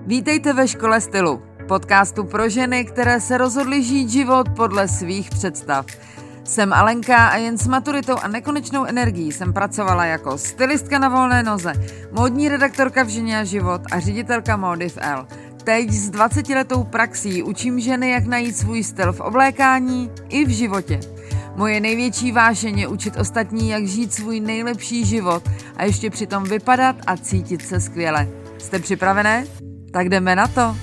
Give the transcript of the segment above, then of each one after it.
Vítejte ve Škole stylu, podcastu pro ženy, které se rozhodly žít život podle svých představ. Jsem Alenka a jen s maturitou a nekonečnou energií jsem pracovala jako stylistka na volné noze, módní redaktorka v Ženě a život a ředitelka módy v Elle. Teď s 20letou praxí učím ženy, jak najít svůj styl v oblékání i v životě. Moje největší vášeň je učit ostatní, jak žít svůj nejlepší život a ještě přitom vypadat a cítit se skvěle. Jste připravené? Tak jdeme na to.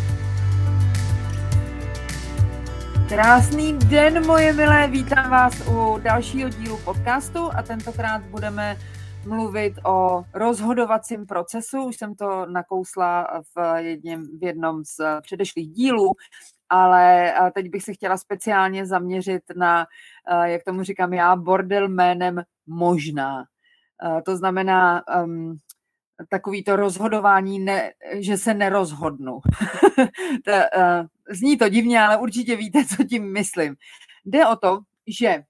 Krásný den, moje milé, vítám vás u dalšího dílu podcastu a tentokrát budeme mluvit o rozhodovacím procesu. Už jsem to nakousla v jednom z předešlých dílů, ale teď bych se chtěla speciálně zaměřit na, jak tomu říkám já, bordel jménem možná. To znamená takový to rozhodování, že se nerozhodnu. Zní to divně, ale určitě víte, co tím myslím. Jde o to, že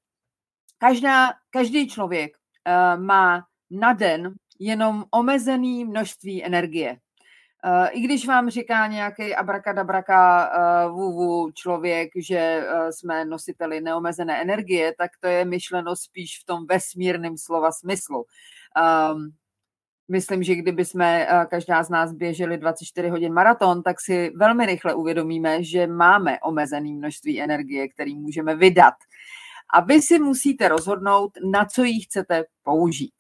každý člověk má na den jenom omezené množství energie. I když vám říká nějaký abracadabraka člověk, že jsme nositeli neomezené energie, tak to je myšleno spíš v tom vesmírném slova smyslu. Myslím, že kdyby jsme každá z nás běželi 24 hodin maraton, tak si velmi rychle uvědomíme, že máme omezené množství energie, který můžeme vydat. A vy si musíte rozhodnout, na co ji chcete použít.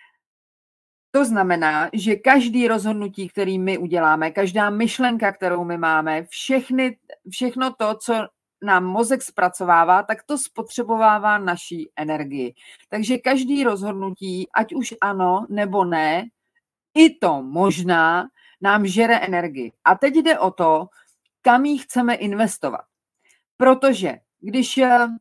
To znamená, že každý rozhodnutí, který my uděláme, každá myšlenka, kterou my máme, všechno to, co nám mozek zpracovává, tak to spotřebovává naší energii. Takže každý rozhodnutí, ať už ano nebo ne, i to možná nám žere energii. A teď jde o to, kam ji chceme investovat. Protože když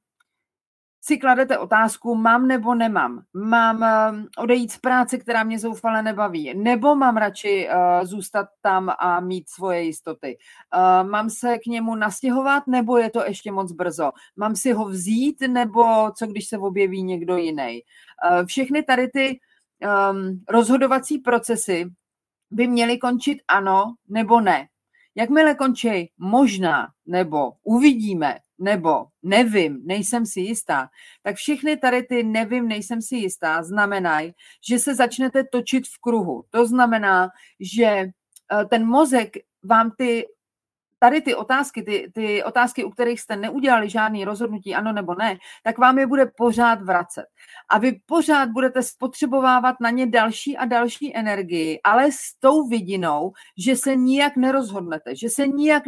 si kladete otázku, mám nebo nemám, mám odejít z práce, která mě zoufale nebaví, nebo mám radši zůstat tam a mít svoje jistoty. Mám se k němu nastěhovat, nebo je to ještě moc brzo? Mám si ho vzít, nebo co když se objeví někdo jiný? Všechny tady ty rozhodovací procesy by měly končit ano nebo ne. Jakmile končí možná, nebo uvidíme, nebo nevím, nejsem si jistá, tak všechny tady ty nevím, nejsem si jistá znamenají, že se začnete točit v kruhu. To znamená, že ten mozek vám ty otázky, u kterých jste neudělali žádný rozhodnutí, ano nebo ne, tak vám je bude pořád vracet. A vy pořád budete spotřebovávat na ně další a další energii, ale s tou vidinou, že se nijak nerozhodnete, že se nijak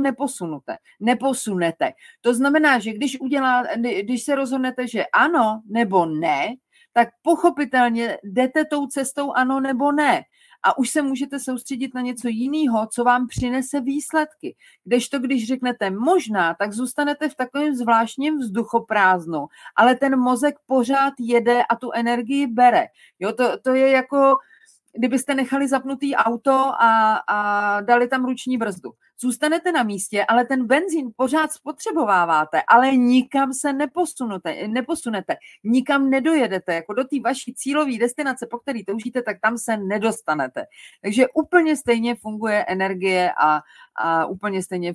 neposunete. To znamená, že když se rozhodnete, že ano nebo ne, tak pochopitelně jdete tou cestou ano nebo ne. A už se můžete soustředit na něco jiného, co vám přinese výsledky. Kdežto, když řeknete možná, tak zůstanete v takovém zvláštním vzduchoprázdnu, ale ten mozek pořád jede a tu energii bere. Jo, to je jako, kdybyste nechali zapnutý auto a dali tam ruční brzdu. Zůstanete na místě, ale ten benzín pořád spotřebováváte, ale nikam se neposunete, nikam nedojedete, jako do té vaší cílové destinace, po který toužíte, tak tam se nedostanete. Takže úplně stejně funguje energie a úplně stejně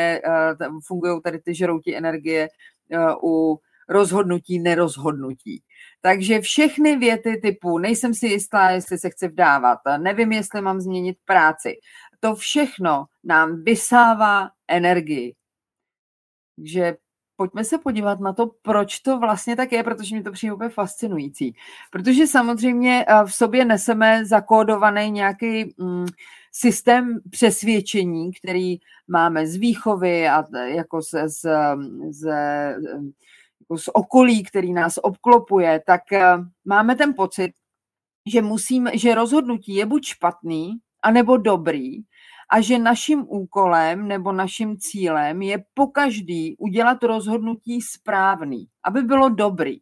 fungují tady ty žrouti energie u rozhodnutí, nerozhodnutí. Takže všechny věty typu nejsem si jistá, jestli se chci vdávat, nevím, jestli mám změnit práci, to všechno nám vysává energii. Takže pojďme se podívat na to, proč to vlastně tak je, protože mě to přijde úplně fascinující. Protože samozřejmě v sobě neseme zakódovaný nějaký systém přesvědčení, který máme z výchovy a jako z okolí, který nás obklopuje, tak máme ten pocit, že rozhodnutí je buď špatný, anebo dobrý, a že naším úkolem nebo naším cílem je pokaždý udělat rozhodnutí správný, aby bylo dobrý.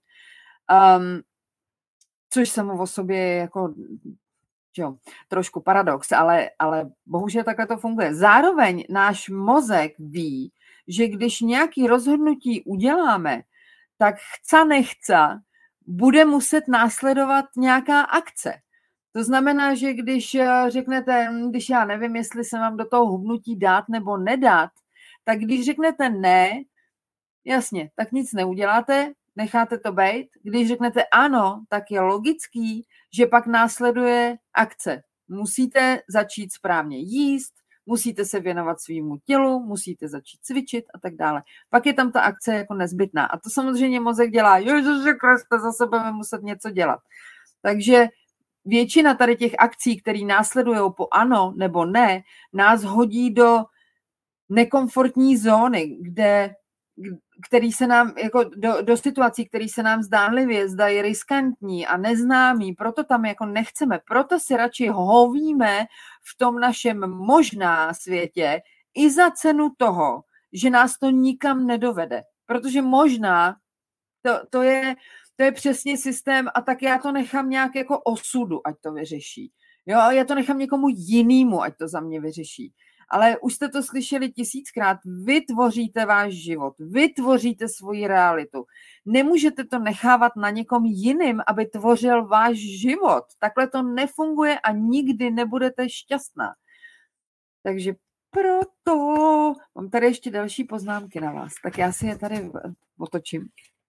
Což samo o sobě je jako trošku paradox, ale bohužel takhle to funguje. Zároveň náš mozek ví, že když nějaké rozhodnutí uděláme, tak chce nechce bude muset následovat nějaká akce. To znamená, že když řeknete, když já nevím, jestli se vám do toho hubnutí dát nebo nedat, tak když řeknete ne, jasně, tak nic neuděláte, necháte to bejt. Když řeknete ano, tak je logický, že pak následuje akce. Musíte začít správně jíst, musíte se věnovat svýmu tělu, musíte začít cvičit a tak dále. Pak je tam ta akce jako nezbytná. A to samozřejmě mozek dělá, Ježiši Kriste, zase budeme muset něco dělat. Takže většina tady těch akcí, které následují po ano nebo ne, nás hodí do nekomfortní zóny, který se nám, jako do situací, které se nám zdánlivě zdají riskantní a neznámý, proto tam jako nechceme, proto si radši hovíme v tom našem možná světě i za cenu toho, že nás to nikam nedovede. Protože možná to je přesně systém a tak já to nechám nějak jako osudu, ať to vyřeší. Jo, já to nechám někomu jinému, ať to za mě vyřeší. Ale už jste to slyšeli 1000krát, vy tvoříte váš život, vy tvoříte svoji realitu. Nemůžete to nechávat na někom jiným, aby tvořil váš život. Takhle to nefunguje a nikdy nebudete šťastná. Takže proto mám tady ještě další poznámky na vás, tak já si je tady otočím.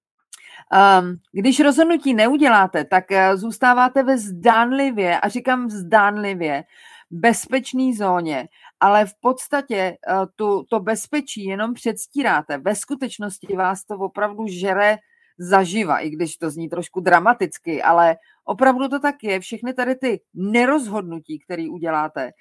Když rozhodnutí neuděláte, tak zůstáváte ve zdánlivě, a říkám zdánlivě, bezpečné zóně, ale v podstatě to bezpečí jenom předstíráte. Ve skutečnosti vás to opravdu žere zaživa, i když to zní trošku dramaticky, ale opravdu to tak je. Všechny tady ty nerozhodnutí, které uděláte,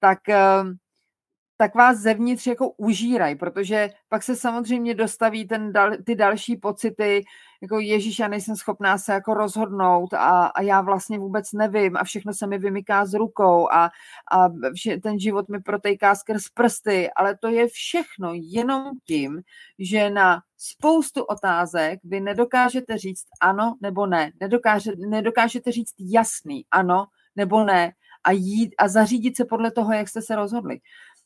tak vás zevnitř jako užírají, protože pak se samozřejmě dostaví ty další pocity, jako Ježíš, já nejsem schopná se jako rozhodnout a já vlastně vůbec nevím a všechno se mi vymyká z rukou a ten život mi protejká skrz prsty, ale to je všechno jenom tím, že na spoustu otázek vy nedokážete říct ano nebo ne. Nedokážete říct jasný ano nebo ne a jít a zařídit se podle toho, jak jste se rozhodli.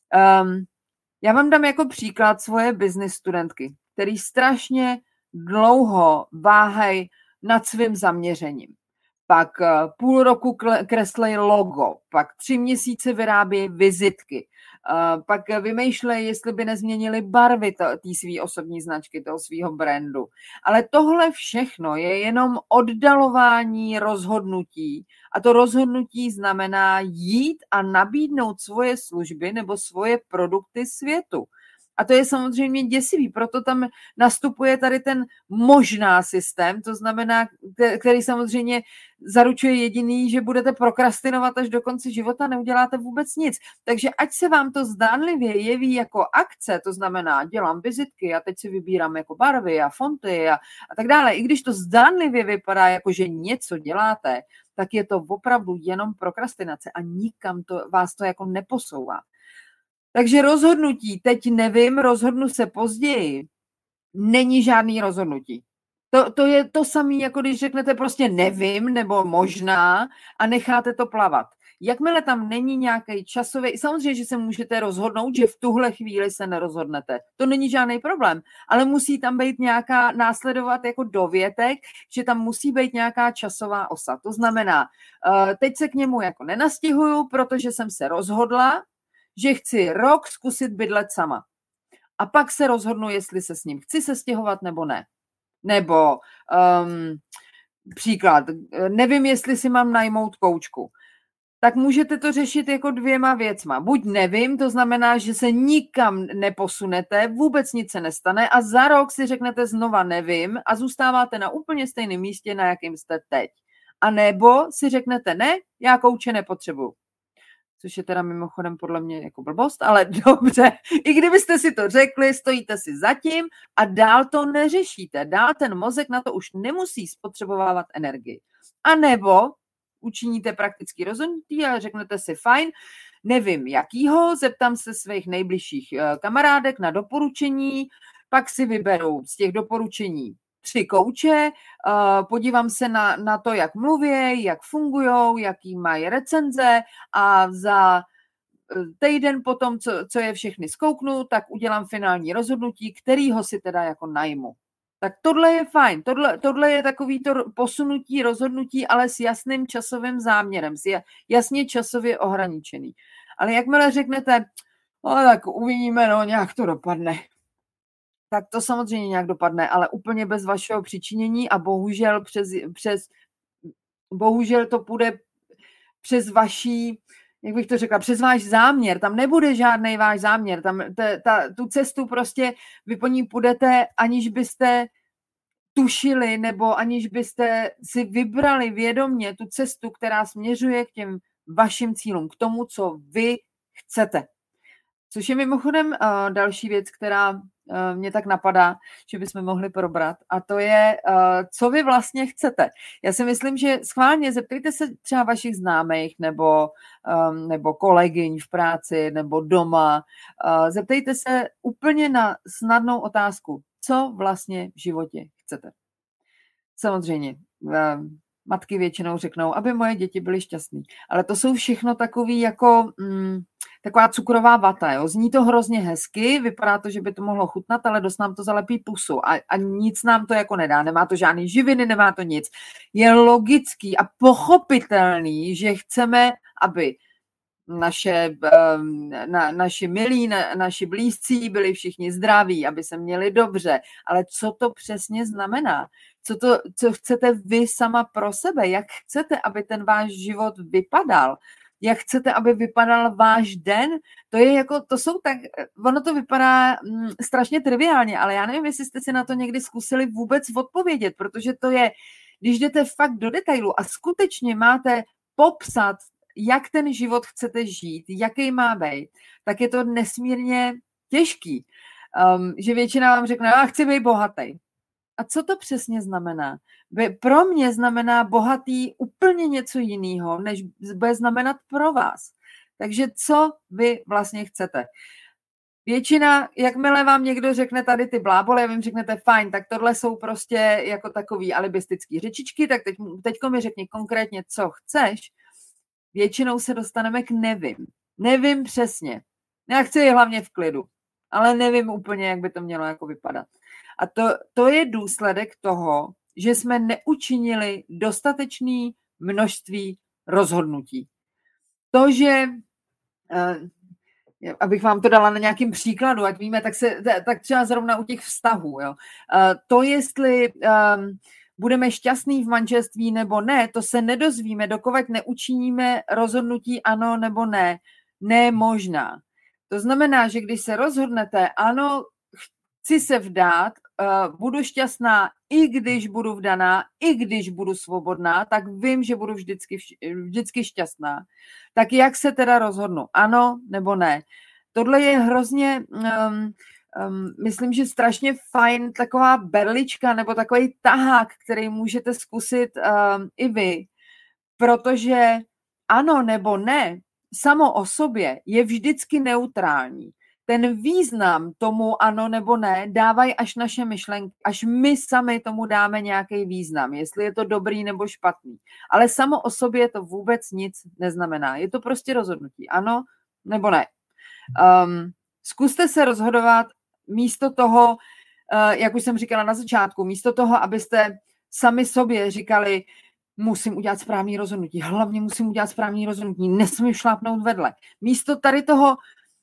Já vám dám jako příklad svoje business studentky, který strašně dlouho váhají nad svým zaměřením. Pak půl roku kreslej logo, pak 3 měsíce vyrábějí vizitky, pak vymýšlejí, jestli by nezměnili barvy té své osobní značky, toho svého brandu. Ale tohle všechno je jenom oddalování rozhodnutí a to rozhodnutí znamená jít a nabídnout svoje služby nebo svoje produkty světu. A to je samozřejmě děsivý, proto tam nastupuje tady ten možná systém, to znamená, který samozřejmě zaručuje jediný, že budete prokrastinovat až do konce života, neuděláte vůbec nic. Takže ať se vám to zdánlivě jeví jako akce, to znamená, dělám vizitky a teď si vybírám jako barvy a fonty a tak dále, i když to zdánlivě vypadá jako, že něco děláte, tak je to opravdu jenom prokrastinace a nikam vás to jako neposouvá. Takže rozhodnutí, teď nevím, rozhodnu se později, není žádný rozhodnutí. To je to samé, jako když řeknete prostě nevím nebo možná a necháte to plavat. Jakmile tam není nějaký časový, samozřejmě, že se můžete rozhodnout, že v tuhle chvíli se nerozhodnete. To není žádný problém, ale musí tam být nějaká následovat jako dovětek, že tam musí být nějaká časová osa. To znamená, teď se k němu jako nenastěhuju, protože jsem se rozhodla, že chci rok zkusit bydlet sama. A pak se rozhodnu, jestli se s ním chci sestěhovat nebo ne. Nebo příklad, nevím, jestli si mám najmout koučku. Tak můžete to řešit jako 2 věcma. Buď nevím, to znamená, že se nikam neposunete, vůbec nic se nestane a za rok si řeknete znova nevím a zůstáváte na úplně stejném místě, na jakém jste teď. A nebo si řeknete ne, já kouče nepotřebuju. Což je teda mimochodem podle mě jako blbost, ale dobře. I kdybyste si to řekli, stojíte si za tím a dál to neřešíte. Dál ten mozek na to už nemusí spotřebovávat energii. A nebo učiníte praktický rozhodnutí a řeknete si fajn, nevím jakýho, zeptám se svých nejbližších kamarádek na doporučení, pak si vyberu z těch doporučení 3 kouče, podívám se na to, jak mluví, jak fungují, jaký mají recenze a za týden potom, co je všechny zkouknu, tak udělám finální rozhodnutí, kterýho si teda jako najmu. Tak tohle je fajn, tohle je takový to posunutí, rozhodnutí, ale s jasným časovým záměrem, jasně časově ohraničený. Ale jakmile řeknete, no tak uvidíme, no nějak to dopadne, tak to samozřejmě nějak dopadne, ale úplně bez vašeho přičinění a bohužel to půjde přes vaší, jak bych to řekla, přes váš záměr, tam nebude žádný váš záměr, tam tu cestu prostě vy po ní půjdete, aniž byste tušili nebo aniž byste si vybrali vědomě tu cestu, která směřuje k těm vašim cílům, k tomu, co vy chcete. Což je mimochodem další věc, která mě tak napadá, že bychom mohli probrat, a to je, co vy vlastně chcete. Já si myslím, že schválně zeptejte se třeba vašich známých nebo kolegyň v práci nebo doma. Zeptejte se úplně na snadnou otázku, co vlastně v životě chcete. Samozřejmě, matky většinou řeknou, aby moje děti byly šťastný. Ale to jsou všechno takový jako taková cukrová vata. Jo? Zní to hrozně hezky, vypadá to, že by to mohlo chutnat, ale dost nám to zalepí pusu a nic nám to jako nedá. Nemá to žádný živiny, nemá to nic. Je logický a pochopitelný, že chceme, aby naši milí, naši blízcí byli všichni zdraví, aby se měli dobře. Ale co to přesně znamená? Co chcete vy sama pro sebe? Jak chcete, aby ten váš život vypadal? Jak chcete, aby vypadal váš den? Ono to vypadá strašně triviálně, ale já nevím, jestli jste si na to někdy zkusili vůbec odpovědět, protože to je, když jdete fakt do detailu a skutečně máte popsat, jak ten život chcete žít, jaký má být, tak je to nesmírně těžký. Že většina vám řekne, já chci být bohatý. A co to přesně znamená? Pro mě znamená bohatý úplně něco jiného, než bude znamenat pro vás. Takže co vy vlastně chcete? Většina, jakmile vám někdo řekne tady ty blábole, vy jim řeknete fajn, tak tohle jsou prostě jako takový alibistický řečičky, tak teďko mi řekni konkrétně, co chceš. Většinou se dostaneme k nevím. Nevím přesně. Já chci hlavně v klidu, ale nevím úplně, jak by to mělo jako vypadat. A to je důsledek toho, že jsme neučinili dostatečné množství rozhodnutí. To, že, abych vám to dala na nějakým příkladu, ať víme, tak třeba zrovna u těch vztahů. Jo. To, jestli budeme šťastní v manželství nebo ne, to se nedozvíme, dokud neučiníme rozhodnutí ano nebo ne. Ne možná. To znamená, že když se rozhodnete, ano, chci se vdát, budu šťastná, i když budu vdaná, i když budu svobodná, tak vím, že budu vždycky šťastná. Tak jak se teda rozhodnu? Ano nebo ne? Tohle je hrozně, myslím, že strašně fajn taková berlička nebo takový tahák, který můžete zkusit i vy, protože ano nebo ne, samo o sobě je vždycky neutrální. Ten význam tomu ano nebo ne dávají až naše myšlenky, až my sami tomu dáme nějaký význam, jestli je to dobrý nebo špatný. Ale samo o sobě to vůbec nic neznamená. Je to prostě rozhodnutí, ano nebo ne. Zkuste se rozhodovat místo toho, jak už jsem říkala na začátku, místo toho, abyste sami sobě říkali, musím udělat správný rozhodnutí, hlavně musím udělat správný rozhodnutí, nesmím šlápnout vedle. Místo tady toho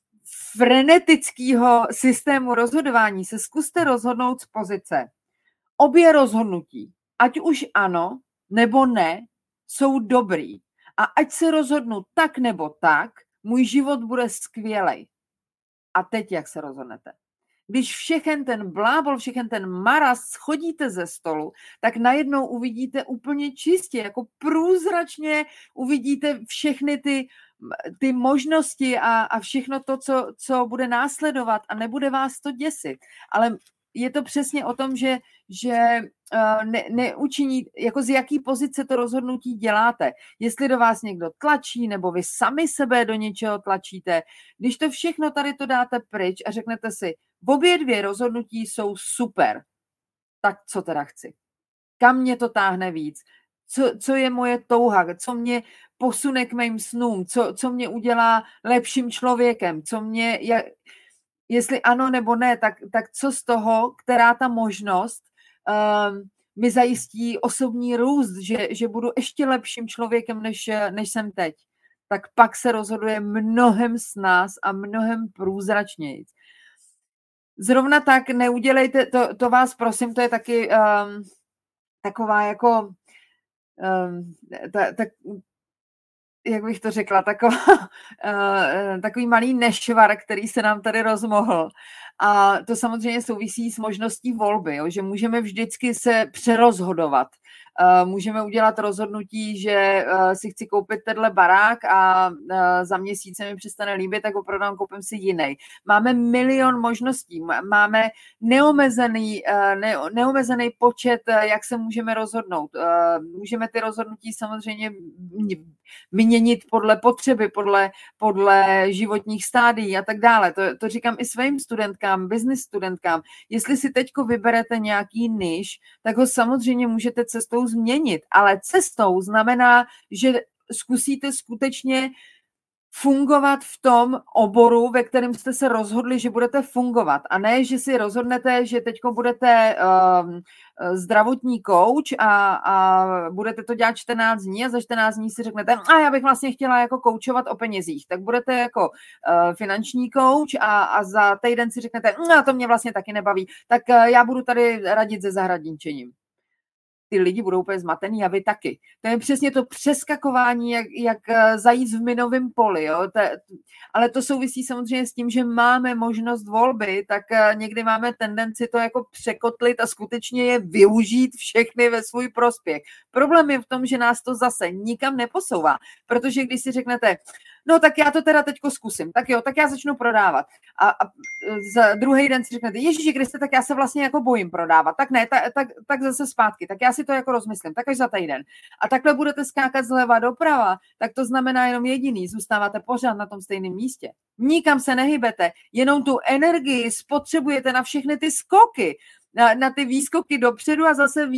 frenetického systému rozhodování se zkuste rozhodnout z pozice. Obě rozhodnutí, ať už ano nebo ne, jsou dobrý. A ať se rozhodnu tak nebo tak, můj život bude skvělej. A teď jak se rozhodnete? Když všechen ten blábol, všechen ten maras schodíte ze stolu, tak najednou uvidíte úplně čistě, jako průzračně uvidíte všechny ty možnosti a všechno to, co bude následovat a nebude vás to děsit. Ale je to přesně o tom, že neučiní, jako z jaký pozice to rozhodnutí děláte. Jestli do vás někdo tlačí, nebo vy sami sebe do něčeho tlačíte. Když to všechno tady to dáte pryč a řeknete si, obě dvě rozhodnutí jsou super, tak co teda chci? Kam mě to táhne víc? Co je moje touha? Co mě posune k mým snům? Co mě udělá lepším člověkem? Jestli ano nebo ne, tak co z toho, která ta možnost mi zajistí osobní růst, že budu ještě lepším člověkem, než jsem teď, tak pak se rozhoduje mnohem s nás a mnohem průzračněji. Zrovna tak neudělejte, to vás prosím, to je taky taková jako jak bych to řekla, takový malý nešvar, který se nám tady rozmohl. A to samozřejmě souvisí s možností volby, jo, že můžeme vždycky se přerozhodovat. Můžeme udělat rozhodnutí, že si chci koupit tenhle barák a za měsíc se mi přestane líbit, tak ho prodám, koupím si jiný. Máme milion možností, máme neomezený počet, jak se můžeme rozhodnout. Můžeme ty rozhodnutí samozřejmě měnit podle potřeby, podle životních stádií a tak dále. To říkám i svým studentkám, business studentkám. Jestli si teďko vyberete nějaký niž, tak ho samozřejmě můžete cestou změnit, ale cestou znamená, že zkusíte skutečně fungovat v tom oboru, ve kterém jste se rozhodli, že budete fungovat. A ne, že si rozhodnete, že teďko budete zdravotní coach a budete to dělat 14 dní a za 14 dní si řeknete, a já bych vlastně chtěla jako koučovat o penězích. Tak budete jako finanční coach a za týden si řeknete, a to mě vlastně taky nebaví, tak já budu tady radit se zahradničením. Ty lidi budou úplně zmatený a vy taky. To je přesně to přeskakování, jak zajít v minovém poli. Jo? Ale to souvisí samozřejmě s tím, že máme možnost volby, tak někdy máme tendenci to jako překotlit a skutečně je využít všechny ve svůj prospěch. Problém je v tom, že nás to zase nikam neposouvá, protože když si řeknete, no tak já to teda teďko zkusím, tak jo, tak já začnu prodávat. A za druhý den si řeknete, Ježíši Kriste, tak já se vlastně jako bojím prodávat. Tak ne, tak zase zpátky, tak já si to jako rozmyslím, tak až za týden. A takhle budete skákat zleva doprava, tak to znamená jenom jediný, zůstáváte pořád na tom stejném místě. Nikam se nehybete, jenom tu energii spotřebujete na všechny ty skoky, na ty výskoky dopředu a zase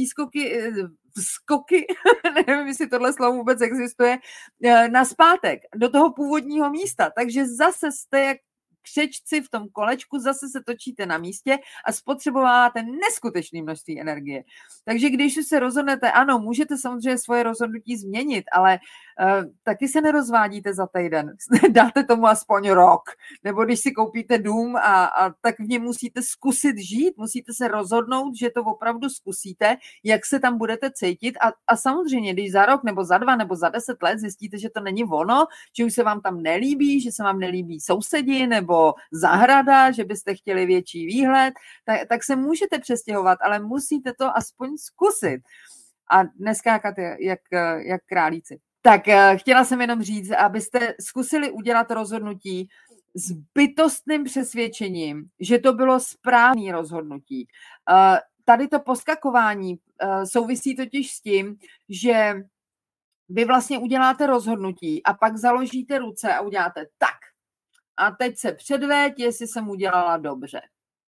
skoky, nevím, jestli tohle slovo vůbec existuje, nazpátek, do toho původního místa. Takže zase jste jak křečci v tom kolečku, zase se točíte na místě a spotřebováváte neskutečné množství energie. Takže když se rozhodnete, ano, můžete samozřejmě svoje rozhodnutí změnit, ale taky se nerozvádíte za týden. Dáte tomu aspoň rok. Nebo když si koupíte dům a tak v něm musíte zkusit žít, musíte se rozhodnout, že to opravdu zkusíte, jak se tam budete cítit a samozřejmě, když za rok nebo za 2 nebo za 10 let zjistíte, že to není ono, že už se vám tam nelíbí, že se vám nelíbí sousedi nebo zahrada, že byste chtěli větší výhled, tak se můžete přestěhovat, ale musíte to aspoň zkusit a neskákat jak králíci. Tak chtěla jsem jenom říct, abyste zkusili udělat rozhodnutí s bytostným přesvědčením, že to bylo správné rozhodnutí. Tady to poskakování souvisí totiž s tím, že vy vlastně uděláte rozhodnutí a pak založíte ruce a uděláte tak. A teď se předveď, jestli jsem udělala dobře.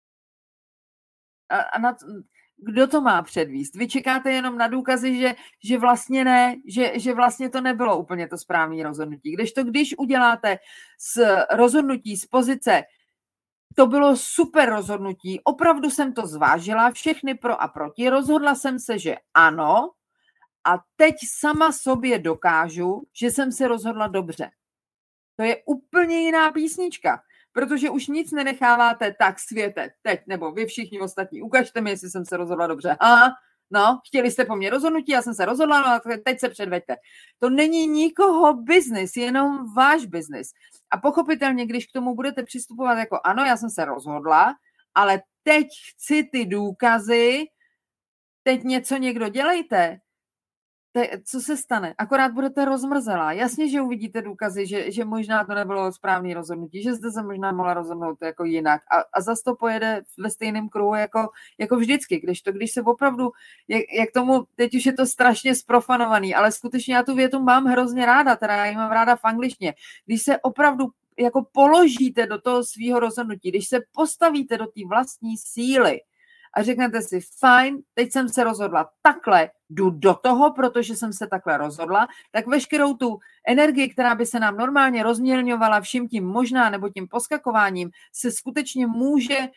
Kdo to má předvíst? Vy čekáte jenom na důkazy, že vlastně ne, že vlastně to nebylo úplně to správné rozhodnutí. Když uděláte rozhodnutí z pozice, to bylo super rozhodnutí, opravdu jsem to zvážila, všechny pro a proti, rozhodla jsem se, že ano a teď sama sobě dokážu, že jsem se rozhodla dobře. To je úplně jiná písnička. Protože už nic nenecháváte tak světe, teď, nebo vy všichni ostatní, ukažte mi, jestli jsem se rozhodla dobře. Chtěli jste po mně rozhodnutí, já jsem se rozhodla, no a teď se předveďte. To není nikoho biznis, jenom váš biznis. A pochopitelně, když k tomu budete přistupovat jako ano, já jsem se rozhodla, ale teď chci ty důkazy, teď něco někdo dělejte, co se stane? Akorát budete rozmrzelá. Jasně, že uvidíte důkazy, že možná to nebylo správné rozhodnutí, že jste se možná mohla rozhodnout jako jinak a zase to pojede ve stejném kruhu jako vždycky, když se opravdu, jak tomu, teď už je to strašně sprofanovaný, ale skutečně já tu větu mám hrozně ráda, teda já ji mám ráda v angličtině. Když se opravdu jako položíte do toho svýho rozhodnutí, když se postavíte do té vlastní síly a řeknete si, fajn, teď jsem se rozhodla takhle, jdu do toho, protože jsem se takhle rozhodla, tak veškerou tu energii, která by se nám normálně rozmělňovala vším tím možná nebo tím poskakováním, se skutečně může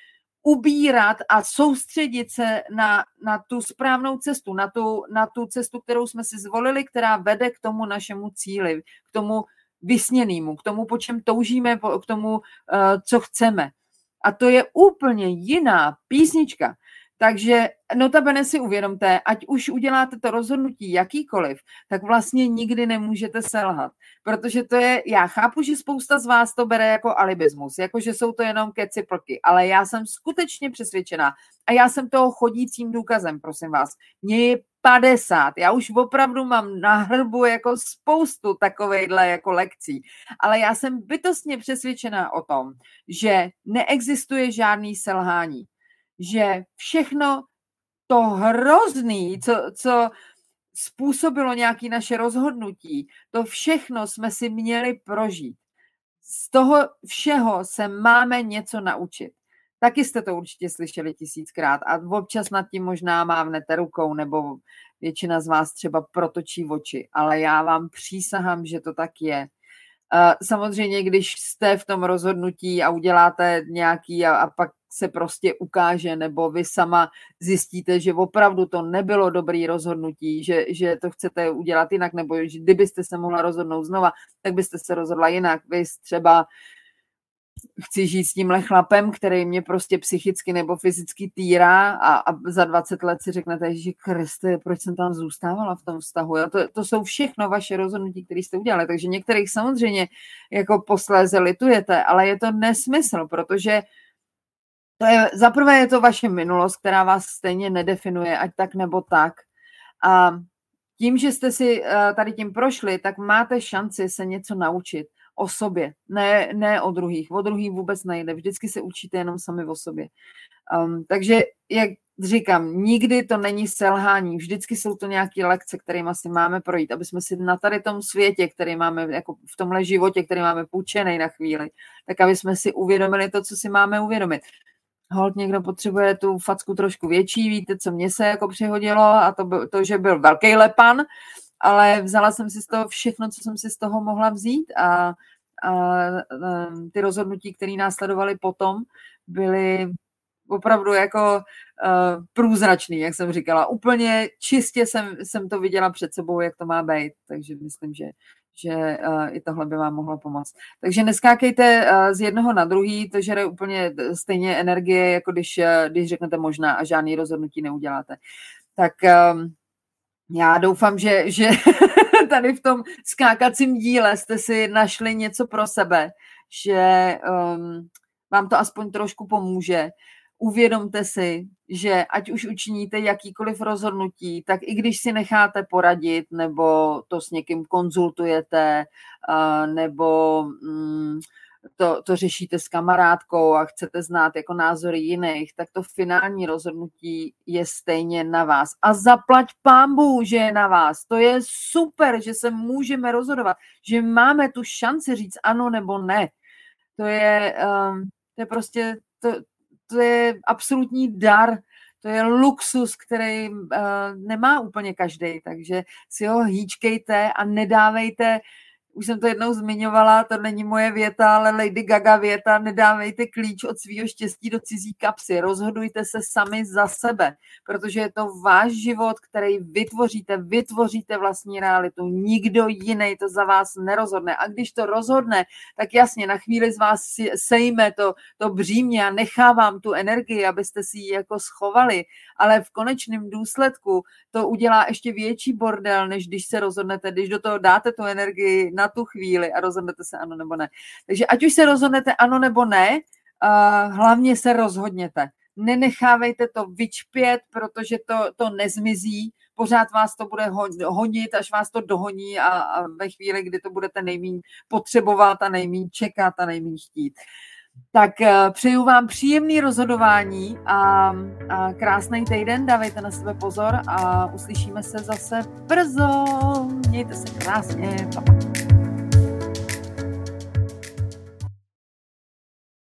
ubírat a soustředit se na tu správnou cestu, na tu cestu, kterou jsme si zvolili, která vede k tomu našemu cíli, k tomu vysněnému, k tomu, po čem toužíme, k tomu, co chceme. A to je úplně jiná písnička. Takže notabene si uvědomte, ať už uděláte to rozhodnutí jakýkoliv, tak vlastně nikdy nemůžete selhat. Protože to je, já chápu, že spousta z vás to bere jako alibismus, jako že jsou to jenom keci plky, ale já jsem skutečně přesvědčená a já jsem toho chodícím důkazem, prosím vás. Mně je 50, já už opravdu mám na hrbu jako spoustu takovejhle jako lekcí, ale já jsem bytostně přesvědčená o tom, že neexistuje žádný selhání, že všechno to hrozný, co způsobilo nějaké naše rozhodnutí, to všechno jsme si měli prožít. Z toho všeho se máme něco naučit. Taky jste to určitě slyšeli 1000krát a občas nad tím možná mávnete rukou nebo většina z vás třeba protočí oči, ale já vám přísahám, že to tak je. Samozřejmě, když jste v tom rozhodnutí a uděláte nějaký a pak se prostě ukáže, nebo vy sama zjistíte, že opravdu to nebylo dobrý rozhodnutí, že to chcete udělat jinak, nebo že kdybyste se mohla rozhodnout znova, tak byste se rozhodla jinak. Vy třeba chci žít s tímhle chlapem, který mě prostě psychicky nebo fyzicky týrá a za 20 let si řeknete, že Kriste, proč jsem tam zůstávala v tom vztahu. To jsou všechno vaše rozhodnutí, které jste udělali, takže některých samozřejmě jako posléze litujete, ale je to nesmysl, protože zaprvé je to vaše minulost, která vás stejně nedefinuje, ať tak nebo tak. A tím, že jste si tady tím prošli, tak máte šanci se něco naučit o sobě, ne o druhých. O druhých vůbec nejde. Vždycky se učíte jenom sami o sobě. Takže, jak říkám, nikdy to není selhání. Vždycky jsou to nějaké lekce, kterými si máme projít, aby jsme si na tady tom světě, který máme, jako v tomhle životě, který máme půjčený na chvíli, tak aby jsme si uvědomili to, co si máme uvědomit. Holt někdo potřebuje tu facku trošku větší, víte, co mně se jako přihodilo a to, že byl velký lepan, ale vzala jsem si z toho všechno, co jsem si z toho mohla vzít a ty rozhodnutí, které následovaly potom, byly opravdu jako průzračný, jak jsem říkala. Úplně čistě jsem to viděla před sebou, jak to má být, takže myslím, že i tohle by vám mohlo pomoct. Takže neskákejte z jednoho na druhý, to žere úplně stejně energie, jako když řeknete možná a žádný rozhodnutí neuděláte. Tak já doufám, že tady v tom skákacím díle jste si našli něco pro sebe, že vám to aspoň trošku pomůže. Uvědomte si, že ať už učiníte jakýkoliv rozhodnutí, tak i když si necháte poradit, nebo to s někým konzultujete, nebo to řešíte s kamarádkou a chcete znát jako názory jiných, tak to finální rozhodnutí je stejně na vás. A zaplať pánbůh, že je na vás. To je super, že se můžeme rozhodovat, že máme tu šanci říct ano nebo ne. To je prostě... To je absolutní dar, to je luxus, který nemá úplně každý, takže si ho hýčkejte a nedávejte, už jsem to jednou zmiňovala, to není moje věta, ale Lady Gaga věta, nedávejte klíč od svého štěstí do cizí kapsy, rozhodujte se sami za sebe, protože je to váš život, který vytvoříte vlastní realitu, nikdo jiný to za vás nerozhodne a když to rozhodne, tak jasně, na chvíli z vás sejme to břímě a nechá vám tu energii, abyste si ji jako schovali, ale v konečném důsledku to udělá ještě větší bordel, než když se rozhodnete, když do toho dáte tu energii na tu chvíli a rozhodnete se ano nebo ne. Takže ať už se rozhodnete ano nebo ne, hlavně se rozhodněte. Nenechávejte to vyčpět, protože to nezmizí, pořád vás to bude honit, až vás to dohoní a ve chvíli, kdy to budete nejméně potřebovat a nejméně čekat a nejméně chtít. Tak přeju vám příjemný rozhodování a krásný týden, dávejte na sebe pozor a uslyšíme se zase brzo. Mějte se krásně. Pa, pa.